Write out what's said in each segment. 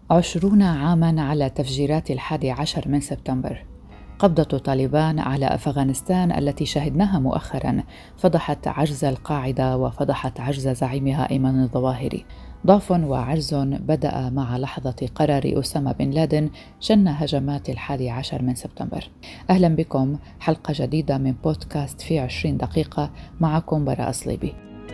20 عاماً على تفجيرات 11 من سبتمبر. قبضة طالبان على أفغانستان التي شهدناها مؤخراً فضحت عجز القاعدة وفضحت عجز زعيمها أيمن الظواهري. ضعف وعجز بدأ مع لحظة قرار أسامة بن لادن شن هجمات 11 من سبتمبر. أهلاً بكم حلقة جديدة من بودكاست في 20 دقيقة، معكم براء صليبي.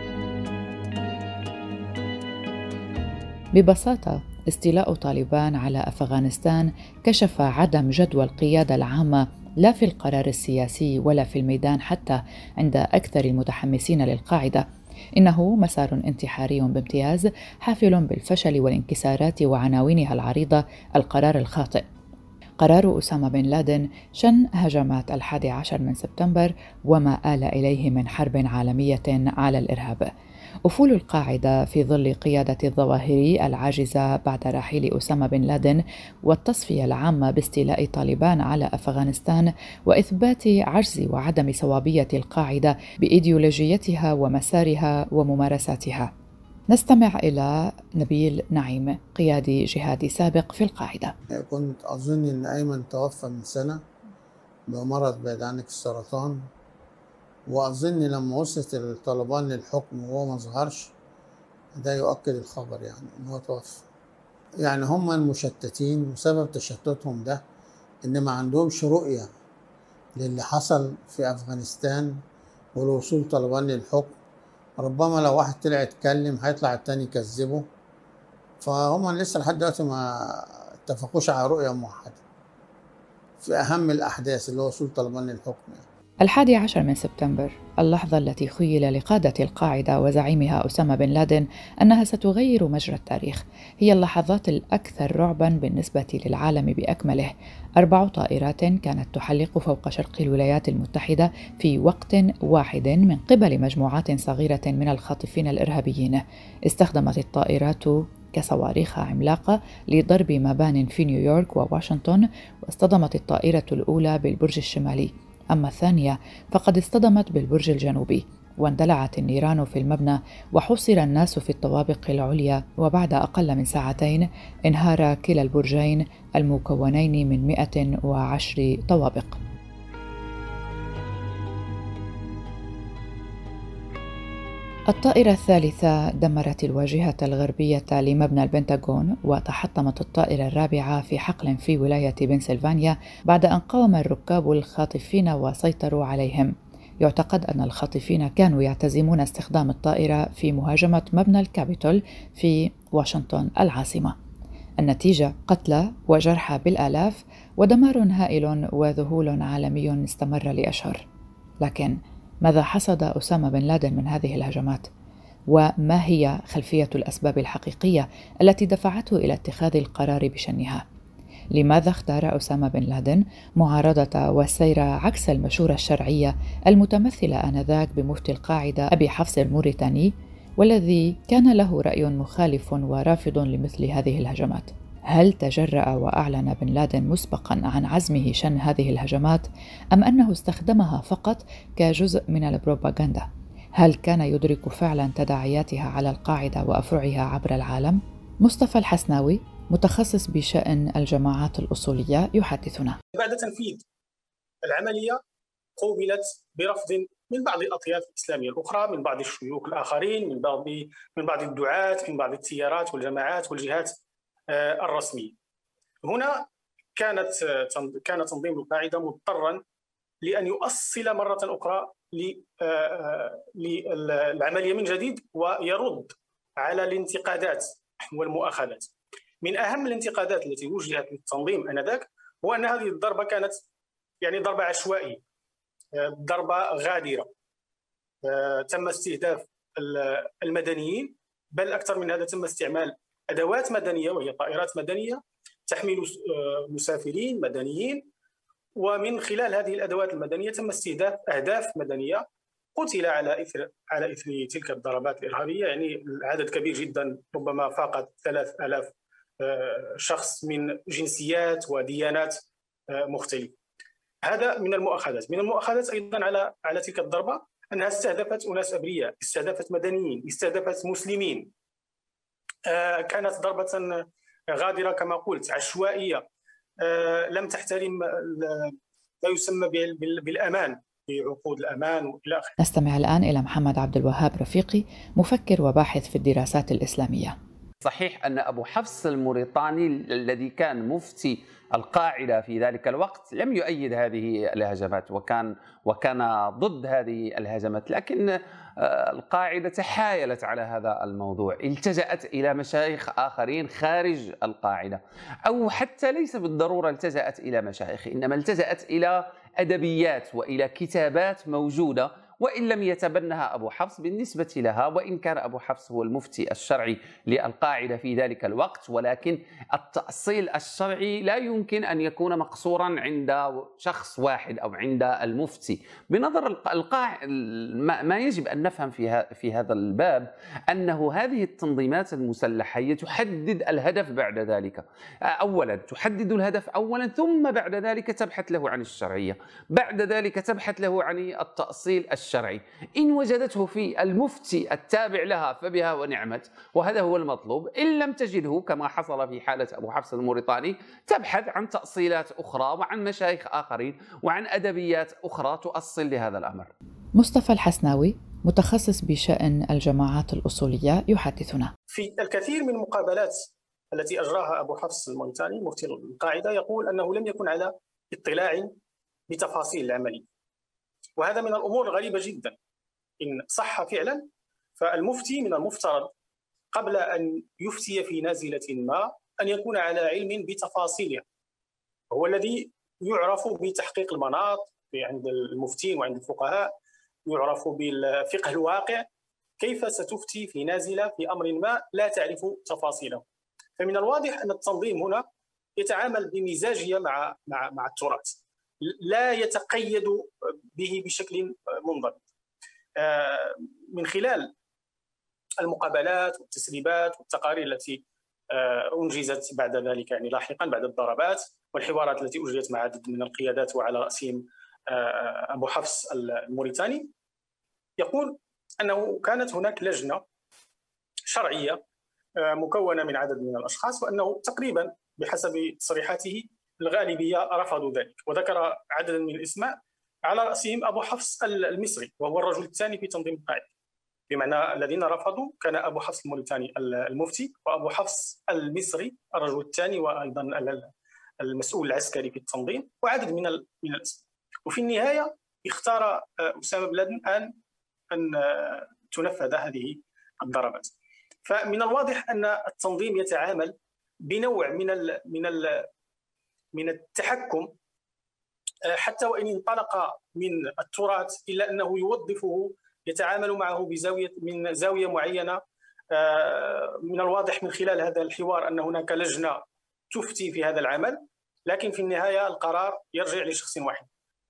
ببساطة، استيلاء طالبان على أفغانستان كشف عدم جدوى القيادة العامة، لا في القرار السياسي ولا في الميدان حتى عند أكثر المتحمسين للقاعدة. إنه مسار انتحاري بامتياز، حافل بالفشل والانكسارات وعناوينها العريضة: القرار الخاطئ. قرار أسامة بن لادن شن هجمات 11 من سبتمبر وما آل إليه من حرب عالمية على الإرهاب. أفول القاعدة في ظل قيادة الظواهري العاجزة بعد رحيل أسامة بن لادن، والتصفية العامة باستيلاء طالبان على أفغانستان، وإثبات عجز وعدم صوابية القاعدة بإيديولوجيتها ومسارها وممارساتها. نستمع إلى نبيل نعيم، قيادي جهادي سابق في القاعدة. كنت أظن إن أيمن توفى من سنة بمرض بعيد عنك السرطان، وأظن لما وصلت الطالبان للحكم وهو ما ظهرش ده يؤكد الخبر، يعني إن هو توفى. يعني هم المشتتين، وسبب تشتتهم ده إن ما عندهمش رؤية للي حصل في أفغانستان والوصول طالبان للحكم. ربما لو واحد طلع يتكلم هيطلع التاني يكذبه، فهم لسه لحد دلوقتي ما اتفقوش على رؤية موحدة في أهم الأحداث اللي هو وصول طالبان للحكم. 11 من سبتمبر، اللحظة التي خيل لقادة القاعدة وزعيمها أسامة بن لادن أنها ستغير مجرى التاريخ، هي اللحظات الأكثر رعباً بالنسبة للعالم بأكمله. 4 طائرات كانت تحلق فوق شرق الولايات المتحدة في وقت واحد من قبل مجموعات صغيرة من الخاطفين الإرهابيين. استخدمت الطائرات كصواريخ عملاقة لضرب مبان في نيويورك وواشنطن، واصطدمت الطائرة الأولى بالبرج الشمالي، أما الثانية فقد اصطدمت بالبرج الجنوبي، واندلعت النيران في المبنى وحوصر الناس في الطوابق العليا، وبعد أقل من ساعتين انهار كلا البرجين المكونين من 110 طوابق. الطائرة الثالثة دمرت الواجهة الغربية لمبنى البنتاغون، وتحطمت الطائرة الرابعة في حقل في ولاية بنسلفانيا بعد أن قاوم الركاب الخاطفين وسيطروا عليهم. يعتقد أن الخاطفين كانوا يعتزمون استخدام الطائرة في مهاجمة مبنى الكابيتول في واشنطن العاصمة. النتيجة: قتلى وجرحى بالآلاف ودمار هائل وذهول عالمي استمر لأشهر. لكن ماذا حصد أسامة بن لادن من هذه الهجمات؟ وما هي خلفية الأسباب الحقيقية التي دفعته إلى اتخاذ القرار بشنها؟ لماذا اختار أسامة بن لادن معارضة والسير عكس المشورة الشرعية المتمثلة آنذاك بمفتي القاعدة أبي حفص الموريتاني، والذي كان له رأي مخالف ورافض لمثل هذه الهجمات؟ هل تجرأ وأعلن بن لادن مسبقاً عن عزمه شن هذه الهجمات، أم أنه استخدمها فقط كجزء من البروباغندا؟ هل كان يدرك فعلاً تداعياتها على القاعدة وأفرعها عبر العالم؟ مصطفى الحسناوي، متخصص بشأن الجماعات الأصولية، يحدثنا. بعد تنفيذ العملية قوبلت برفض من بعض الأطياف الإسلامية الأخرى، من بعض الشيوخ الآخرين، من بعض الدعاة، من بعض التيارات والجماعات والجهات الرسمية. هنا كان تنظيم القاعدة مضطرا لأن يؤصل مرة أخرى للعملية من جديد ويرد على الانتقادات والمؤاخذات. من أهم الانتقادات التي وجهت للتنظيم آنذاك هو أن هذه الضربة كانت ضربة عشوائية، ضربة غادرة، تم استهداف المدنيين، بل أكثر من هذا تم استعمال أدوات مدنية وهي طائرات مدنية تحمل مسافرين مدنيين، ومن خلال هذه الأدوات المدنية تم استهداف أهداف مدنية قتل على إثر تلك الضربات الإرهابية. يعني عدد كبير جدا، ربما فاق 3000 شخص من جنسيات وديانات مختلفة. هذا من المؤاخذات. من المؤاخذات أيضا على تلك الضربة أنها استهدفت أناس أبرياء، استهدفت مدنيين، استهدفت مسلمين. كانت ضربة غادرة كما قلت، عشوائية، لم تحترم ما يسمى بالأمان، بعقود الأمان وإلى آخره. نستمع الآن إلى محمد عبد الوهاب رفيقي، مفكر وباحث في الدراسات الإسلامية. صحيح أن أبو حفص الموريتاني الذي كان مفتي القاعدة في ذلك الوقت لم يؤيد هذه الهجمات وكان ضد هذه الهجمات، لكن القاعدة تحايلت على هذا الموضوع، التجأت إلى مشايخ آخرين خارج القاعدة، أو حتى ليس بالضرورة التجأت إلى مشايخ، إنما التجأت إلى أدبيات وإلى كتابات موجودة وإن لم يتبنها أبو حفص بالنسبة لها، وإن كان أبو حفص هو المفتي الشرعي للقاعدة في ذلك الوقت، ولكن التأصيل الشرعي لا يمكن أن يكون مقصورا عند شخص واحد أو عند المفتي. بنظر ما يجب أن نفهم في هذا الباب أنه هذه التنظيمات المسلحة هي تحدد الهدف بعد ذلك، أولا تحدد الهدف أولا، ثم بعد ذلك تبحث له عن الشرعية، بعد ذلك تبحث له عن التأصيل الشرعي. إن وجدته في المفتي التابع لها فبها ونعمت، وهذا هو المطلوب. إن لم تجده كما حصل في حالة أبو حفص الموريتاني، تبحث عن تأصيلات أخرى وعن مشايخ آخرين وعن أدبيات أخرى تؤصل لهذا الأمر. مصطفى الحسناوي، متخصص بشأن الجماعات الأصولية، يحدثنا. في الكثير من المقابلات التي أجراها أبو حفص الموريتاني مفتي القاعدة يقول أنه لم يكن على اطلاع بتفاصيل العملية، وهذا من الأمور الغريبة جدا. إن صح فعلا فالمفتي من المفترض قبل أن يفتي في نازلة ما أن يكون على علم بتفاصيلها، هو الذي يعرف بتحقيق المناط عند المفتين وعند الفقهاء، يعرف بالفقه الواقع، كيف ستفتي في نازلة في أمر ما لا تعرف تفاصيله. فمن الواضح أن التنظيم هنا يتعامل بمزاجية مع التراث، لا يتقيد به بشكل منضبط. من خلال المقابلات والتسريبات والتقارير التي أنجزت بعد ذلك، يعني لاحقا بعد الضربات والحوارات التي أجريت مع عدد من القيادات وعلى رأسهم أبو حفص الموريتاني، يقول أنه كانت هناك لجنة شرعية مكونة من عدد من الأشخاص، وأنه تقريبا بحسب تصريحاته الغالبية رفضوا ذلك، وذكر عددا من الأسماء على رأسهم أبو حفص المصري، وهو الرجل الثاني في تنظيم القاعدة. بمعنى الذين رفضوا كان أبو حفص الموريتاني المفتي، وأبو حفص المصري الرجل الثاني وأيضا المسؤول العسكري في التنظيم، وعدد من الأسماء. وفي النهاية اختار أسامة بن لادن أن تنفذ هذه الضربات. فمن الواضح أن التنظيم يتعامل بنوع من التحكم، حتى وإن انطلق من التراث إلا أنه يوظفه، يتعامل معه من زاوية معينة. من الواضح من خلال هذا الحوار أن هناك لجنة تفتي في هذا العمل، لكن في النهاية القرار يرجع لشخص واحد.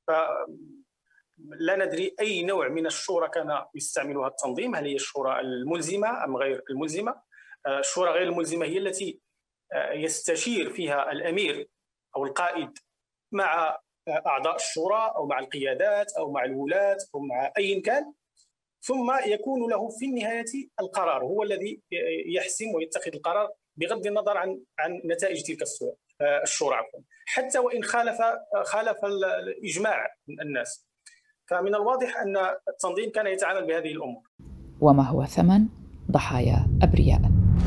فلا ندري أي نوع من الشورى كان يستعملها التنظيم، هل هي الشورى الملزمة أم غير الملزمة. الشورى غير الملزمة هي التي يستشير فيها الأمير أو القائد مع أعضاء الشورى أو مع القيادات أو مع الولاة أو مع أي كان، ثم يكون له في النهاية القرار، هو الذي يحسم ويتخذ القرار بغض النظر عن نتائج تلك الشورى، حتى وإن خالف الإجماع من الناس. فمن الواضح أن التنظيم كان يتعامل بهذه الأمور. وما هو ثمن ضحايا أبرياء؟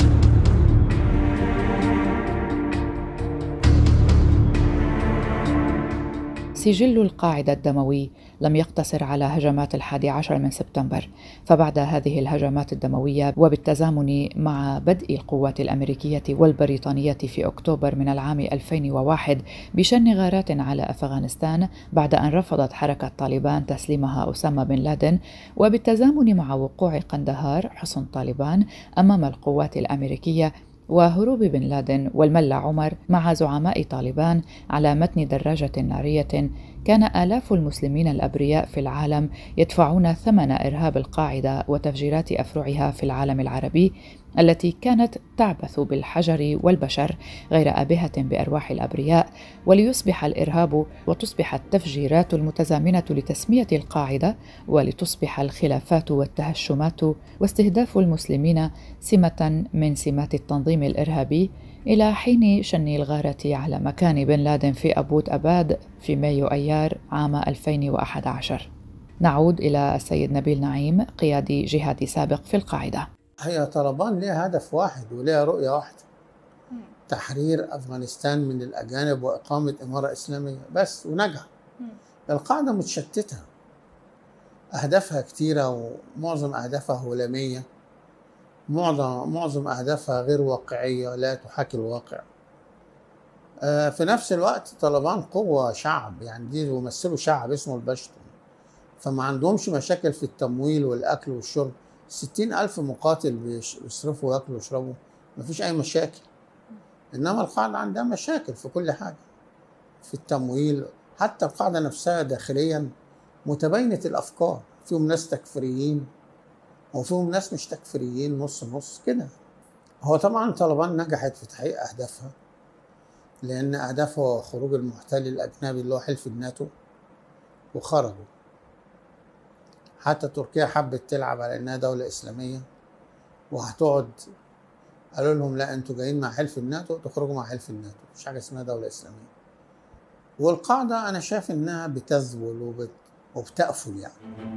سجل القاعدة الدموي لم يقتصر على هجمات 11 من سبتمبر، فبعد هذه الهجمات الدموية وبالتزامن مع بدء القوات الأمريكية والبريطانية في أكتوبر من العام 2001 بشن غارات على أفغانستان بعد أن رفضت حركة طالبان تسليمها أسامة بن لادن، وبالتزامن مع وقوع قندهار حصن طالبان أمام القوات الأمريكية وهروب بن لادن والملا عمر مع زعماء طالبان على متن دراجة نارية، كان آلاف المسلمين الأبرياء في العالم يدفعون ثمن إرهاب القاعدة وتفجيرات أفرعها في العالم العربي التي كانت تعبث بالحجر والبشر غير آبهة بأرواح الأبرياء، وليصبح الإرهاب وتصبح التفجيرات المتزامنة لتسمية القاعدة ولتصبح الخلافات والتهشمات واستهداف المسلمين سمة من سمات التنظيم الإرهابي إلى حين شن الغارة على مكان بن لادن في أبوت أباد في مايو أيار عام 2011. نعود إلى السيد نبيل نعيم، قيادي جهادي سابق في القاعدة. هي طالبان لها هدف واحد ولها رؤية واحدة: تحرير أفغانستان من الأجانب وإقامة إمارة إسلامية بس، ونجح. القاعدة متشتتة، أهدافها كتيرة ومعظم أهدافها هلامية، معظم أهدافها غير واقعية، لا تحاكي الواقع. في نفس الوقت طالبان قوة شعب، يعني دي يمثلوا شعب اسمه البشتون، فما عندهمش مشاكل في التمويل والأكل والشرب. 60,000 مقاتل بيصرفوا ويأكلوا ويشربوا، مفيش أي مشاكل. إنما القاعدة عندها مشاكل في كل حاجة، في التمويل. حتى القاعدة نفسها داخليا متباينة الأفكار، فيهم ناس تكفيريين وفيهم ناس مش تكفيريين، نص نص كده. هو طبعا طالبان نجحت في تحقيق أهدافها، لأن أهدافها خروج المحتل الأجنبي اللي هو حلف الناتو، وخرجوا. حتى تركيا حبت تلعب على إنها دولة إسلامية وهتقعد، قالوا لهم لا، أنتوا جايين مع حلف الناتو تخرجوا مع حلف الناتو، مش حاجة اسمها دولة إسلامية. والقاعدة أنا شايف إنها بتذبل وبتأفل يعني.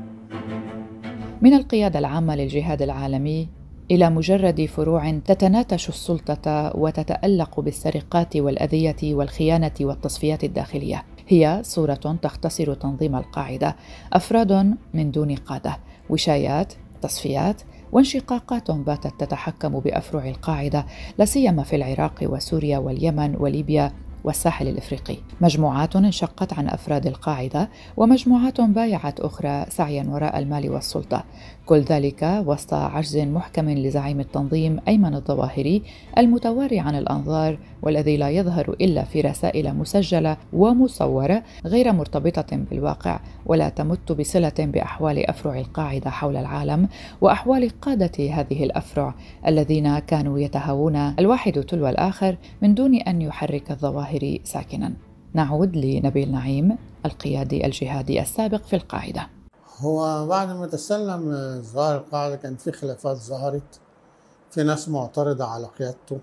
من القيادة العامة للجهاد العالمي إلى مجرد فروع تتناتش السلطة وتتألق بالسرقات والأذية والخيانة والتصفيات الداخلية، هي صورة تختصر تنظيم القاعدة: أفراد من دون قادة، وشايات، تصفيات، وانشقاقات باتت تتحكم بأفرع القاعدة، لا سيما في العراق وسوريا واليمن وليبيا والساحل الإفريقي. مجموعات انشقت عن أفراد القاعدة، ومجموعات بايعت أخرى سعيا وراء المال والسلطة، كل ذلك وسط عجز محكم لزعيم التنظيم أيمن الظواهري، المتواري عن الأنظار والذي لا يظهر إلا في رسائل مسجلة ومصورة غير مرتبطة بالواقع، ولا تمت بصلة بأحوال أفرع القاعدة حول العالم وأحوال قادة هذه الأفرع الذين كانوا يتهاوون الواحد تلو الآخر من دون أن يحرك الظواهر ساكنا. نعود لنبيل نعيم، القيادي الجهادي السابق في القاعدة. هو بعد ما تسلم ظهر القاعدة كان في خلافات ظهرت، في ناس معترضة على قيادته.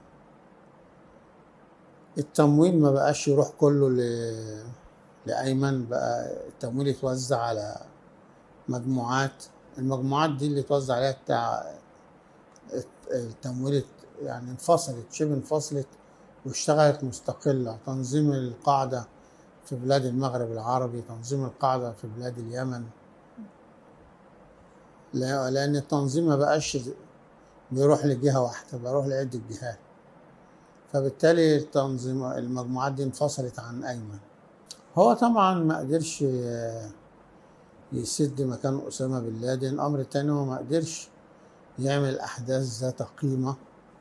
التمويل ما بقاش يروح كله لأيمن، بقى التمويل يتوزع على مجموعات. المجموعات دي اللي توزع عليها التمويل يعني شبه انفصلت واشتغلت مستقلة. تنظيم القاعدة في بلاد المغرب العربي، تنظيم القاعدة في بلاد اليمن، لأن التنظيم ما بقاش بيروح لجهة واحدة، بيروح لعدة جهات. فبالتالي التنظيم المجموعات دي انفصلت عن أيمن. هو طبعا ما قدرش يسد مكان أسامة بن لادن. الأمر التاني هو ما قدرش يعمل أحداث ذات قيمة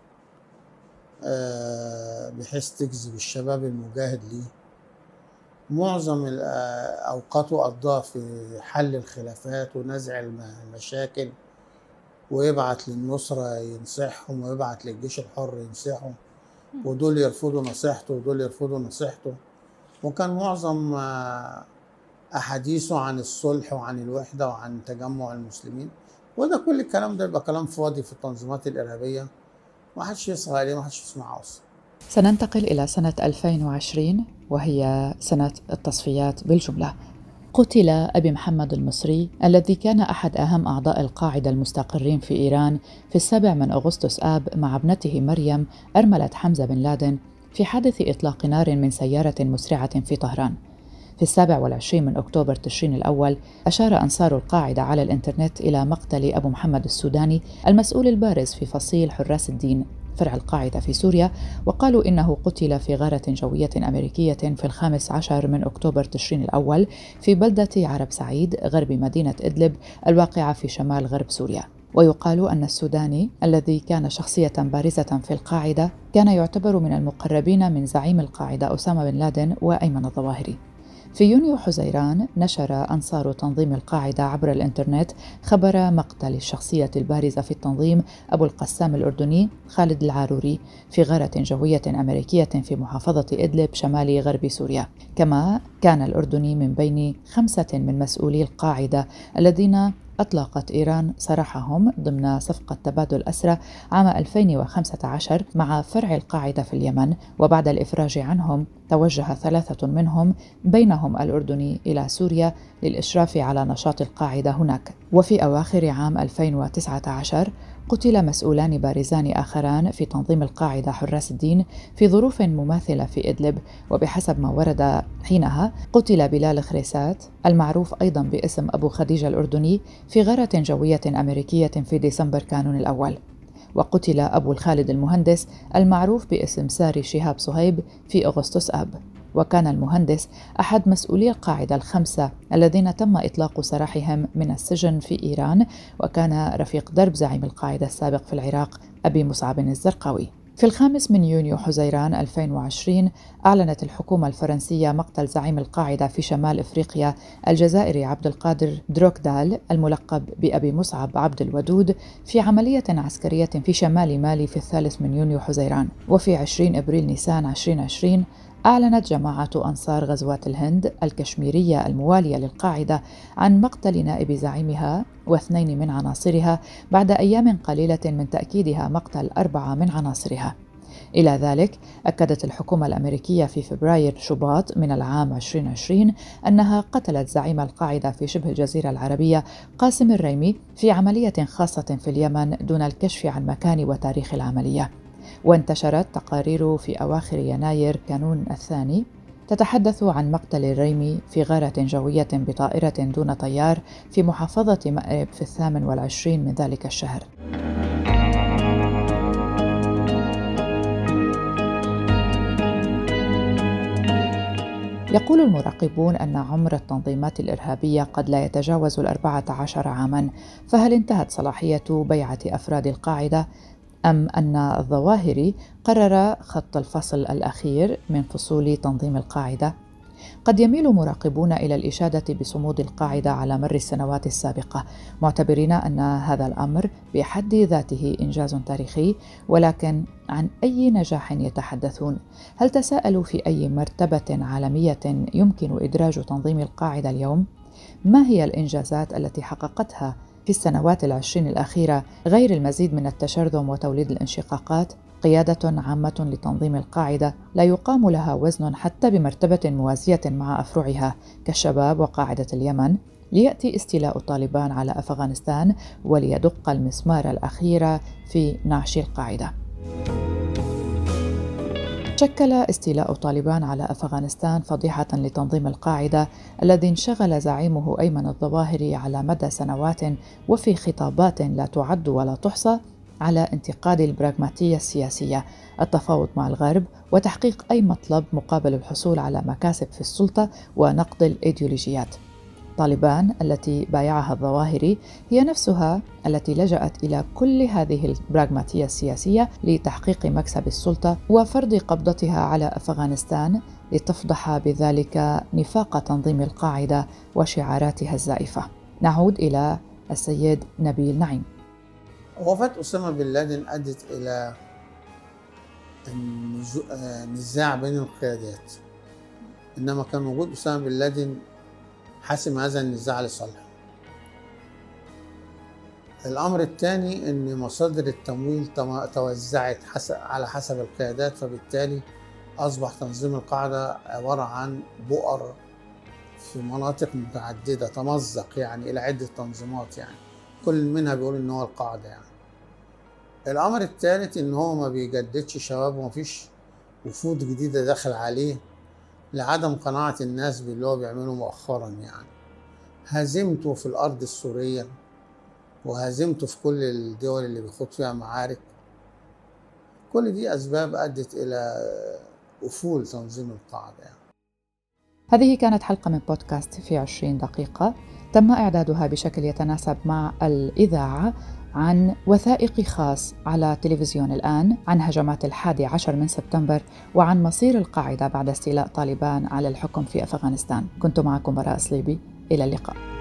بحيث تجذب الشباب المجاهد ليه. معظم أوقاته قضاها في حل الخلافات ونزع المشاكل، ويبعت للنصرة ينصحهم ويبعت للجيش الحر ينصحهم، ودول يرفضوا نصيحته ودول يرفضوا نصيحته. وكان معظم أحاديثه عن الصلح وعن الوحدة وعن تجمع المسلمين، وده كل الكلام ده يبقى كلام فاضي في التنظيمات الإرهابية، ما حدش يصغى عليه، ما حدش يسمعه أصلا. سننتقل إلى سنة 2020 وهي سنة التصفيات بالجملة. قتل أبي محمد المصري الذي كان أحد أهم أعضاء القاعدة المستقرين في إيران في 7 أغسطس آب مع ابنته مريم أرملة حمزة بن لادن في حادث إطلاق نار من سيارة مسرعة في طهران. في 27 أكتوبر تشرين الأول أشار أنصار القاعدة على الإنترنت إلى مقتل أبو محمد السوداني المسؤول البارز في فصيل حراس الدين فرع القاعدة في سوريا، وقالوا إنه قتل في غارة جوية أمريكية في 15 أكتوبر تشرين الأول في بلدة عرب سعيد غرب مدينة إدلب الواقعة في شمال غرب سوريا. ويقال أن السوداني الذي كان شخصية بارزة في القاعدة كان يعتبر من المقربين من زعيم القاعدة أسامة بن لادن وأيمن الظواهري. في يونيو حزيران نشر أنصار تنظيم القاعدة عبر الإنترنت خبر مقتل الشخصية البارزة في التنظيم أبو القسام الأردني خالد العاروري في غارة جوية أمريكية في محافظة إدلب شمال غرب سوريا. كما كان الأردني من بين 5 من مسؤولي القاعدة الذين أطلقت إيران سراحهم ضمن صفقة تبادل أسرى عام 2015 مع فرع القاعدة في اليمن، وبعد الإفراج عنهم توجه 3 منهم بينهم الأردني إلى سوريا للإشراف على نشاط القاعدة هناك. وفي أواخر عام 2019 قتل مسؤولان بارزان آخران في تنظيم القاعدة حراس الدين في ظروف مماثلة في إدلب، وبحسب ما ورد حينها قتل بلال خريسات المعروف أيضا باسم أبو خديجة الأردني في غارة جوية أمريكية في ديسمبر كانون الأول، وقتل أبو الخالد المهندس المعروف باسم ساري شهاب صهيب في أغسطس آب. وكان المهندس أحد مسؤولي القاعدة 5 الذين تم إطلاق سراحهم من السجن في إيران، وكان رفيق درب زعيم القاعدة السابق في العراق أبي مصعب الزرقاوي. في 5 يونيو حزيران 2020 أعلنت الحكومة الفرنسية مقتل زعيم القاعدة في شمال إفريقيا الجزائري عبد القادر دروكدال الملقب بأبي مصعب عبد الودود في عملية عسكرية في شمال مالي في 3 يونيو حزيران. وفي 20 أبريل نيسان 2020 أعلنت جماعة أنصار غزوات الهند الكشميرية الموالية للقاعدة عن مقتل نائب زعيمها و2 من عناصرها بعد أيام قليلة من تأكيدها مقتل 4 من عناصرها. إلى ذلك أكدت الحكومة الأمريكية في فبراير شباط من العام 2020 أنها قتلت زعيم القاعدة في شبه الجزيرة العربية قاسم الريمي في عملية خاصة في اليمن دون الكشف عن مكان وتاريخ العملية. وانتشرت تقارير في أواخر يناير كانون الثاني تتحدث عن مقتل الريمي في غارة جوية بطائرة دون طيار في محافظة مأرب في 28 من ذلك الشهر. يقول المراقبون أن عمر التنظيمات الإرهابية قد لا يتجاوز 14 عاماً، فهل انتهت صلاحية بيعة أفراد القاعدة أم أن الظواهري قرر خط الفصل الأخير من فصول تنظيم القاعدة؟ قد يميل مراقبون إلى الإشادة بصمود القاعدة على مر السنوات السابقة، معتبرين أن هذا الأمر بحد ذاته إنجاز تاريخي، ولكن عن أي نجاح يتحدثون؟ هل تساءلوا في أي مرتبة عالمية يمكن إدراج تنظيم القاعدة اليوم؟ ما هي الإنجازات التي حققتها في السنوات 20 الأخيرة غير المزيد من التشرذم وتوليد الانشقاقات؟ قيادة عامة لتنظيم القاعدة لا يقام لها وزن حتى بمرتبة موازية مع أفرعها كالشباب وقاعدة اليمن، ليأتي استيلاء طالبان على أفغانستان وليدق المسمار الأخير في نعش القاعدة. شكل استيلاء طالبان على أفغانستان فضيحة لتنظيم القاعدة الذي انشغل زعيمه أيمن الظواهري على مدى سنوات وفي خطابات لا تعد ولا تحصى على انتقاد البراغماتية السياسية، التفاوض مع الغرب وتحقيق أي مطلب مقابل الحصول على مكاسب في السلطة ونقد الإيديولوجيات. طالبان التي بايعها الظواهري هي نفسها التي لجأت إلى كل هذه البراغماتية السياسية لتحقيق مكسب السلطة وفرض قبضتها على أفغانستان، لتفضح بذلك نفاق تنظيم القاعدة وشعاراتها الزائفة. نعود إلى السيد نبيل نعيم. وفاة أسامة بن لادن أدت إلى نزاع بين القيادات، إنما كان وجود أسامة بن لادن حسم هذا النزاع لصالحه. الأمر الثاني إن مصادر التمويل توزعت على حسب القيادات، فبالتالي أصبح تنظيم القاعدة عبارة عن بؤر في مناطق متعددة، تمزق يعني إلى عدة تنظيمات، يعني كل منها بيقول إن هو القاعدة يعني. الأمر الثالث إن هو ما بيجددش شباب ومفيش وفود جديدة داخل عليه لعدم قناعة الناس باللي هو بيعمله مؤخرا. يعني هزيمته في الأرض السورية وهزيمته في كل الدول اللي بيخوض فيها معارك، كل دي أسباب أدت إلى أفول تنظيم القاعدة يعني. هذه كانت حلقة من بودكاست في 20 دقيقة، تم إعدادها بشكل يتناسب مع الإذاعة عن وثائقي خاص على تلفزيون الآن عن هجمات 11 من سبتمبر وعن مصير القاعدة بعد استيلاء طالبان على الحكم في أفغانستان. كنت معكم براء صليبي، إلى اللقاء.